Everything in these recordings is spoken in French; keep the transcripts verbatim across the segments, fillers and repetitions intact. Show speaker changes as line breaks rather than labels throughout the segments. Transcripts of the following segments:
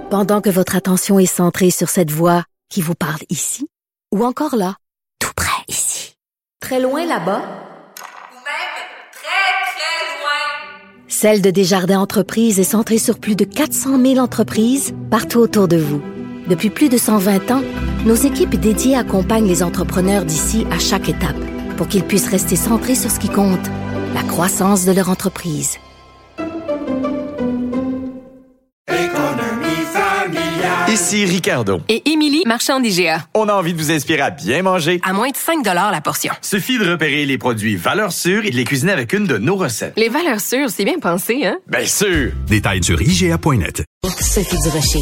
Pendant que votre attention est centrée sur cette voix qui vous parle ici, ou encore là, tout près ici, très loin là-bas,
ou même très, très loin.
Celle de Desjardins Entreprises est centrée sur plus de quatre cent mille entreprises partout autour de vous. Depuis plus de cent vingt ans, nos équipes dédiées accompagnent les entrepreneurs d'ici à chaque étape pour qu'ils puissent rester centrés sur ce qui compte, la croissance de leur entreprise.
Ici Ricardo.
Et Émilie, marchand d'I G A.
On a envie de vous inspirer à bien manger.
À moins de cinq dollars la portion.
Suffit de repérer les produits valeurs sûres et de les cuisiner avec une de nos recettes.
Les valeurs sûres, c'est bien pensé, hein?
Bien sûr!
Détails sur I G A point net.
Sophie Durocher.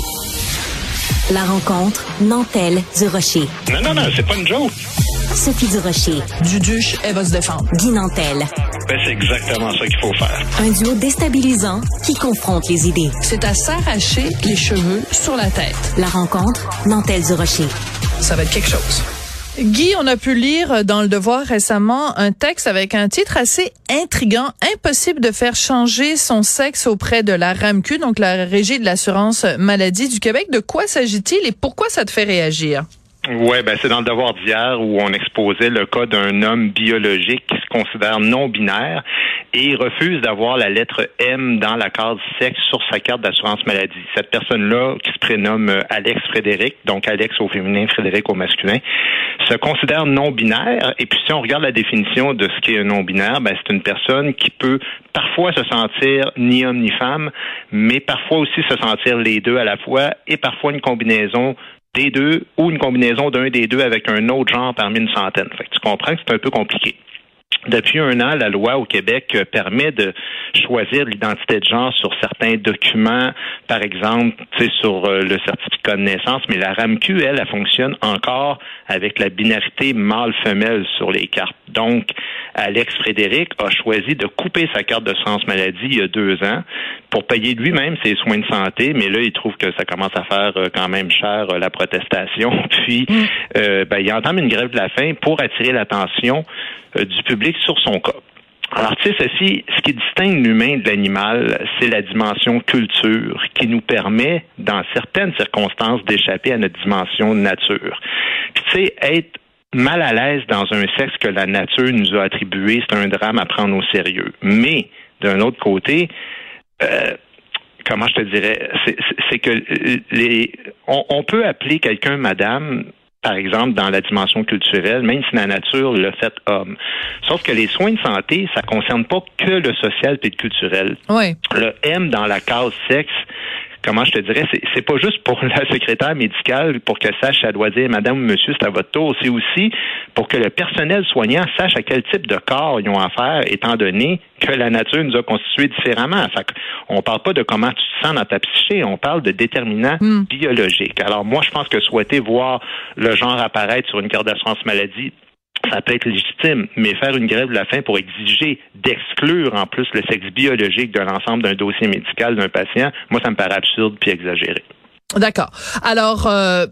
La rencontre Nantel-Durocher.
Non, non, non, c'est pas une joke.
Sophie Durocher.
Duduche, elle va se défendre.
Guy Nantel.
Ben, c'est exactement ça qu'il faut faire.
Un duo déstabilisant qui confronte les idées.
C'est à s'arracher les cheveux sur la tête.
La rencontre Nantel-Durocher.
Ça va être quelque chose. Guy, on a pu lire dans Le Devoir récemment un texte avec un titre assez intriguant. Impossible de faire changer son sexe auprès de la R A M Q, donc la Régie de l'assurance maladie du Québec. De quoi s'agit-il et pourquoi ça te fait réagir?
Oui, ben c'est dans Le Devoir d'hier où on exposait le cas d'un homme biologique qui se considère non-binaire et il refuse d'avoir la lettre M dans la case sexe sur sa carte d'assurance maladie. Cette personne-là, qui se prénomme Alex Frédéric, donc Alex au féminin, Frédéric au masculin, se considère non-binaire. Et puis si on regarde la définition de ce qu'est un non-binaire, ben c'est une personne qui peut parfois se sentir ni homme ni femme, mais parfois aussi se sentir les deux à la fois et parfois une combinaison des deux ou une combinaison d'un des deux avec un autre genre parmi une centaine. Fait que tu comprends que c'est un peu compliqué. Depuis un an, la loi au Québec permet de choisir l'identité de genre sur certains documents, par exemple, tu sais, sur le certificat de naissance, mais la R A M Q, elle, elle fonctionne encore avec la binarité mâle-femelle sur les cartes. Donc, Alex Frédéric a choisi de couper sa carte d'assurance maladie il y a deux ans pour payer lui-même ses soins de santé, mais là, il trouve que ça commence à faire quand même cher la protestation. Puis, euh, ben, il entame une grève de la faim pour attirer l'attention euh, du public sur son cas. Alors, tu sais, ceci, ce qui distingue l'humain de l'animal, c'est la dimension culture qui nous permet, dans certaines circonstances, d'échapper à notre dimension nature. Puis, tu sais, être mal à l'aise dans un sexe que la nature nous a attribué, c'est un drame à prendre au sérieux. Mais, d'un autre côté, euh, comment je te dirais, c'est, c'est, c'est que les, on, on peut appeler quelqu'un madame, par exemple, dans la dimension culturelle, même si la nature l'a fait homme. Sauf que les soins de santé, ça concerne pas que le social et le culturel.
Oui.
Le M dans la case sexe, comment je te dirais, c'est, c'est pas juste pour la secrétaire médicale pour qu'elle sache, elle doit dire madame ou monsieur, c'est à votre tour. C'est aussi pour que le personnel soignant sache à quel type de corps ils ont affaire, étant donné que la nature nous a constitués différemment. Fait qu'on parle pas de comment tu te sens dans ta psyché, on parle de déterminants mm. biologiques. Alors moi, je pense que souhaiter voir le genre apparaître sur une carte d'assurance maladie, ça peut être légitime, mais faire une grève de la faim pour exiger d'exclure en plus le sexe biologique de l'ensemble d'un dossier médical d'un patient, moi, ça me paraît absurde puis exagéré.
D'accord. Alors, euh,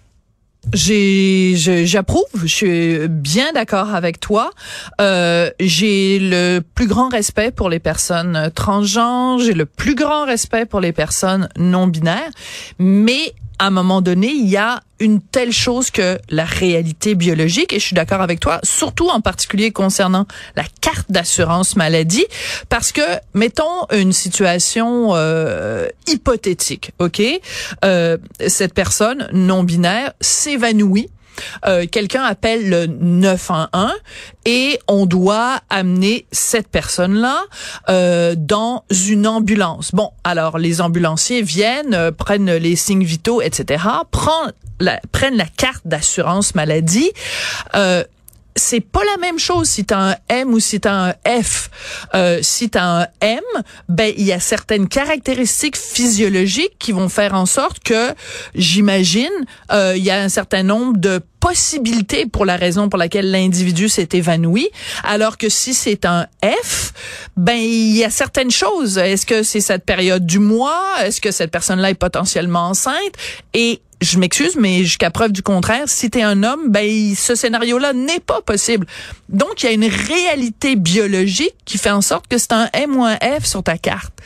j'ai, je, j'approuve, je suis bien d'accord avec toi. Euh, j'ai le plus grand respect pour les personnes transgenres, j'ai le plus grand respect pour les personnes non-binaires, mais à un moment donné, il y a une telle chose que la réalité biologique, et je suis d'accord avec toi, surtout en particulier concernant la carte d'assurance maladie, parce que, mettons une situation euh, hypothétique, OK? Euh, cette personne non-binaire s'évanouit. Euh, quelqu'un appelle le neuf un un et on doit amener cette personne-là euh, dans une ambulance. Bon, alors les ambulanciers viennent, euh, prennent les signes vitaux, et cetera, prennent la, prennent la carte d'assurance maladie. Euh, c'est pas la même chose si t'as un M ou si t'as un F. Euh, si t'as un M, ben il y a certaines caractéristiques physiologiques qui vont faire en sorte que, j'imagine, euh, il y a un certain nombre de possibilités pour la raison pour laquelle l'individu s'est évanoui, alors que si c'est un F, ben il y a certaines choses. Est-ce que c'est cette période du mois? Est-ce que cette personne-là est potentiellement enceinte? Et je m'excuse, mais jusqu'à preuve du contraire, si t'es un homme, ben ce scénario-là n'est pas possible. Donc, il y a une réalité biologique qui fait en sorte que c'est un M ou un F sur ta carte.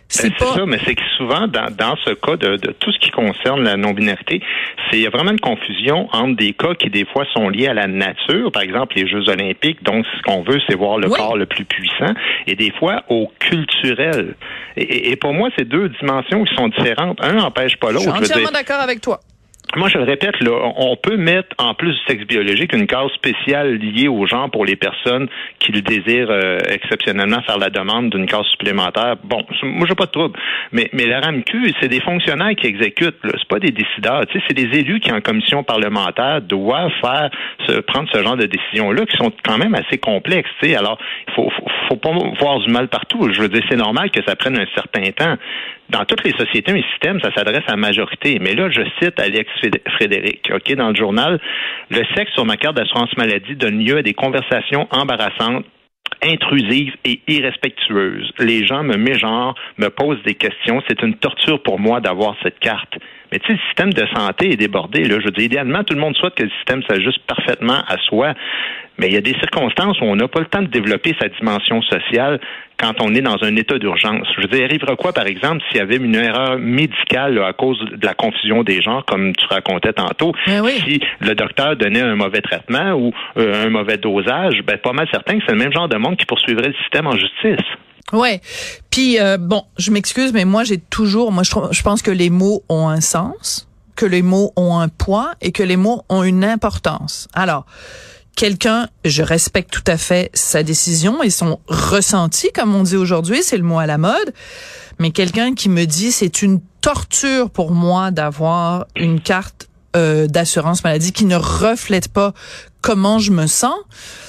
C'est
ben,
pas...
ça, mais c'est que souvent, dans, dans ce cas de, de tout ce qui concerne la non-binarité, c'est il y a vraiment une confusion entre des cas qui, des fois, sont liés à la nature, par exemple les Jeux olympiques, donc ce qu'on veut, c'est voir le oui. corps le plus puissant, et des fois au culturel. Et, et, et pour moi, c'est deux dimensions qui sont différentes. Un n'empêche pas l'autre.
Je suis entièrement d'accord avec toi.
Moi, je le répète, là, on peut mettre, en plus du sexe biologique, une case spéciale liée au genre pour les personnes qui le désirent euh, exceptionnellement faire la demande d'une case supplémentaire. Bon, moi, j'ai pas de trouble. Mais, mais la R A M Q, c'est des fonctionnaires qui exécutent, là. C'est pas des décideurs. Tu sais, c'est des élus qui, en commission parlementaire, doivent faire, se, prendre ce genre de décisions-là qui sont quand même assez complexes, tu sais. Alors, il faut, faut, faut pas voir du mal partout. Je veux dire, c'est normal que ça prenne un certain temps. Dans toutes les sociétés, un système, ça s'adresse à la majorité. Mais là, je cite Alex Frédéric, OK, dans le journal, « Le sexe sur ma carte d'assurance maladie donne lieu à des conversations embarrassantes, intrusives et irrespectueuses. Les gens me mégenrent, me posent des questions. C'est une torture pour moi d'avoir cette carte. » Mais tu sais, le système de santé est débordé. Là. Je veux dire, idéalement, tout le monde souhaite que le système s'ajuste parfaitement à soi. Mais il y a des circonstances où on n'a pas le temps de développer sa dimension sociale quand on est dans un état d'urgence. Je veux dire, arrivera quoi, par exemple, s'il y avait une erreur médicale là, à cause de la confusion des genres, comme tu racontais tantôt,
oui.
si le docteur donnait un mauvais traitement ou euh, un mauvais dosage, ben pas mal certain que c'est le même genre de monde qui poursuivrait le système en justice.
Ouais. Puis euh, bon, je m'excuse, mais moi j'ai toujours, moi je, je pense que les mots ont un sens, que les mots ont un poids et que les mots ont une importance. Alors, quelqu'un, je respecte tout à fait sa décision et son ressenti, comme on dit aujourd'hui, c'est le mot à la mode. Mais quelqu'un qui me dit c'est une torture pour moi d'avoir une carte euh, d'assurance maladie qui ne reflète pas comment je me sens.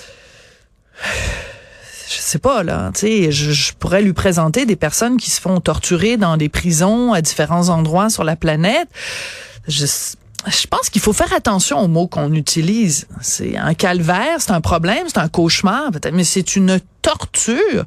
Je sais pas, là, tu sais, je, je pourrais lui présenter des personnes qui se font torturer dans des prisons à différents endroits sur la planète. Je, je pense qu'il faut faire attention aux mots qu'on utilise. C'est un calvaire, c'est un problème, c'est un cauchemar, peut-être, mais c'est une torture.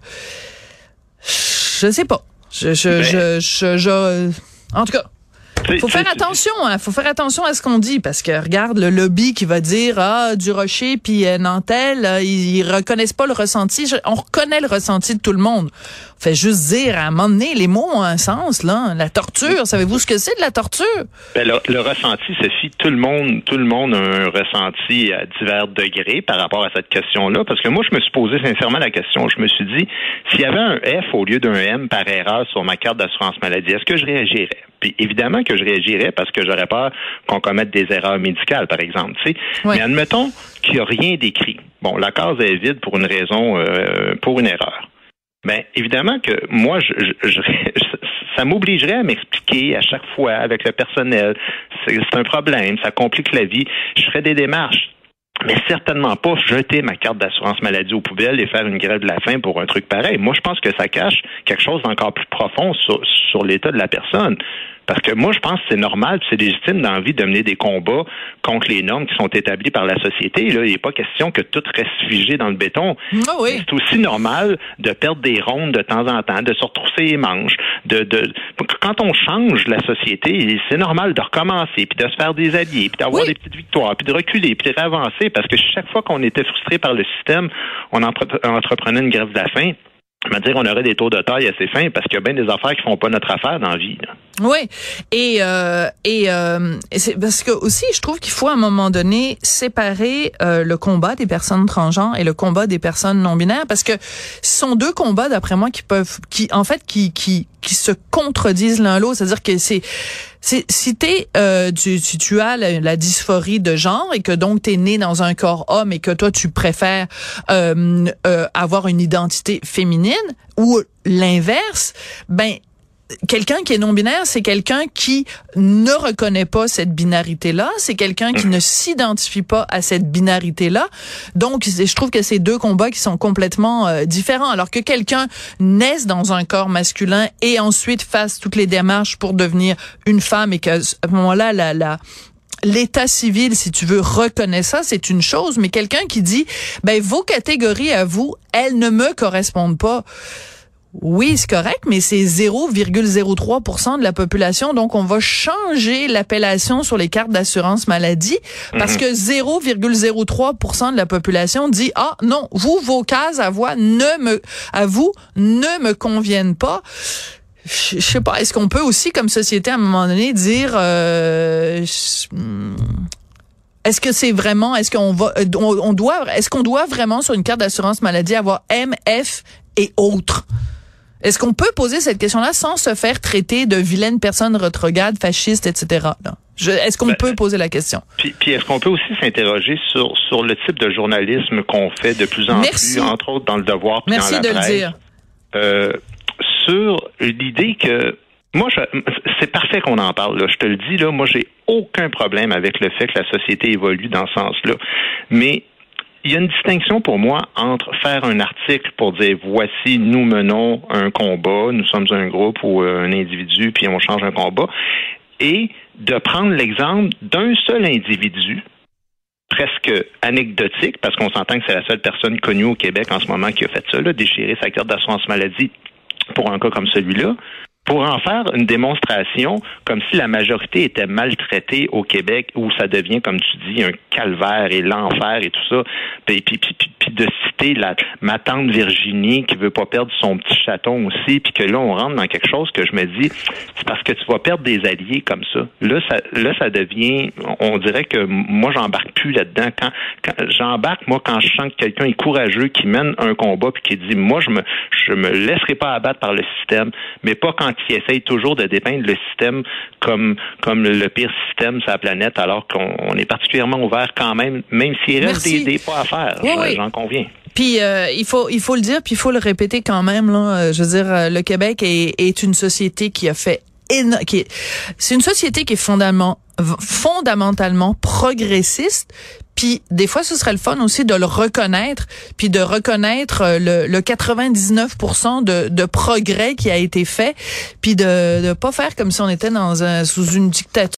Je sais pas. Je, je, ben, je, je, je, en tout cas. Faut faire attention, hein. Faut faire attention à ce qu'on dit parce que regarde le lobby qui va dire ah du Rocher puis euh, Nantel, euh, ils, ils reconnaissent pas le ressenti. Je, on reconnaît le ressenti de tout le monde. On fait juste dire à un moment donné les mots ont un sens là. La torture, savez-vous ce que c'est de la torture?
Ben, le, le ressenti, Sophie, tout le monde, tout le monde a un ressenti à divers degrés par rapport à cette question-là. Parce que moi, je me suis posé sincèrement la question. Je me suis dit s'il y avait un F au lieu d'un M par erreur sur ma carte d'assurance maladie, est-ce que je réagirais? Puis évidemment que je réagirais parce que j'aurais peur qu'on commette des erreurs médicales, par exemple. Tu sais. Oui. Mais admettons qu'il n'y a rien d'écrit. Bon, la case est vide pour une raison, euh, pour une erreur. Bien, évidemment que moi, je, je, je, ça m'obligerait à m'expliquer à chaque fois avec le personnel. C'est, c'est un problème, ça complique la vie. Je ferais des démarches. Mais certainement pas jeter ma carte d'assurance maladie aux poubelles et faire une grève de la faim pour un truc pareil. Moi, je pense que ça cache quelque chose d'encore plus profond sur, sur l'état de la personne. Parce que moi, je pense que c'est normal, c'est légitime d'envie de mener des combats contre les normes qui sont établies par la société. Là, il n'est pas question que tout reste figé dans le béton.
Oh oui.
C'est aussi normal de perdre des rondes de temps en temps, de se retrousser les manches. De, de... Quand on change la société, c'est normal de recommencer, puis de se faire des alliés, puis d'avoir oui. des petites victoires, puis de reculer, puis de réavancer. Parce que chaque fois qu'on était frustré par le système, on entre- entreprenait une grève de la faim. Je veux dire, on aurait des taux de taille assez fins parce qu'il y a bien des affaires qui font pas notre affaire dans la vie. Là.
Oui, et euh, et, euh, et c'est parce que aussi, je trouve qu'il faut à un moment donné séparer euh, le combat des personnes transgenres et le combat des personnes non binaires parce que ce sont deux combats, d'après moi, qui peuvent, qui en fait, qui qui qui se contredisent l'un l'autre. C'est-à-dire que c'est C'est, si t'es, euh, tu, si tu as la, la dysphorie de genre et que donc t'es né dans un corps homme et que toi tu préfères euh, euh, avoir une identité féminine ou l'inverse, ben quelqu'un qui est non-binaire, c'est quelqu'un qui ne reconnaît pas cette binarité-là, c'est quelqu'un qui ne s'identifie pas à cette binarité-là. Donc, je trouve que c'est deux combats qui sont complètement euh, différents. Alors que quelqu'un naisse dans un corps masculin et ensuite fasse toutes les démarches pour devenir une femme et qu'à ce moment-là, la, la l'état civil, si tu veux, reconnaît ça, c'est une chose. Mais quelqu'un qui dit, ben vos catégories à vous, elles ne me correspondent pas. Oui, c'est correct, mais c'est zéro virgule zéro trois pour cent de la population. Donc, on va changer l'appellation sur les cartes d'assurance maladie parce que zéro virgule zéro trois pour cent de la population dit « Ah, non, vous, vos cases à voix ne me, à vous, ne me conviennent pas. » je, je sais pas, est-ce qu'on peut aussi, comme société, à un moment donné, dire... Euh, est-ce que c'est vraiment... Est-ce qu'on va... On, on doit... Est-ce qu'on doit vraiment, sur une carte d'assurance maladie, avoir M, F et autres? Est-ce qu'on peut poser cette question-là sans se faire traiter de vilaine personne rétrograde, fasciste, et cetera, là? Je, est-ce qu'on ben, peut poser la question?
Puis, puis est-ce qu'on peut aussi s'interroger sur, sur le type de journalisme qu'on fait de plus en
Merci.
plus, entre autres dans le Devoir puis
Merci
dans la
de
presse,
le dire.
Euh, sur l'idée que... Moi, je, c'est parfait qu'on en parle, là. Je te le dis, là, moi, j'ai aucun problème avec le fait que la société évolue dans ce sens-là. Mais il y a une distinction pour moi entre faire un article pour dire voici, nous menons un combat, nous sommes un groupe ou un individu, puis on change un combat, et de prendre l'exemple d'un seul individu, presque anecdotique, parce qu'on s'entend que c'est la seule personne connue au Québec en ce moment qui a fait ça, là, déchirer sa carte d'assurance maladie pour un cas comme celui-là, pour en faire une démonstration comme si la majorité était maltraitée au Québec, où ça devient, comme tu dis, un calvaire et l'enfer et tout ça. Puis, puis, puis, puis de citer la, ma tante Virginie qui veut pas perdre son petit chaton aussi, puis que là, on rentre dans quelque chose que je me dis, c'est parce que tu vas perdre des alliés comme ça. Là, ça, là, ça devient, on dirait que moi, j'embarque plus là-dedans. Quand, quand j'embarque, moi, quand je sens que quelqu'un est courageux, qui mène un combat, puis qui dit, moi, je me, je me laisserai pas abattre par le système, mais pas quand qui essaye toujours de dépeindre le système comme comme le pire système sur la planète, alors qu'on on est particulièrement ouvert quand même, même s'il reste des, des pas à faire, oui, oui. J'en conviens.
Puis euh, il faut il faut le dire, puis il faut le répéter quand même là. Je veux dire, le Québec est, est une société qui a fait éno- qui est, c'est une société qui est fondamentalement fondamentalement progressiste. Puis des fois, ce serait le fun aussi de le reconnaître, puis de reconnaître le, le quatre-vingt-dix-neuf pour cent de, de progrès qui a été fait, puis de ne pas faire comme si on était dans un, sous une dictature.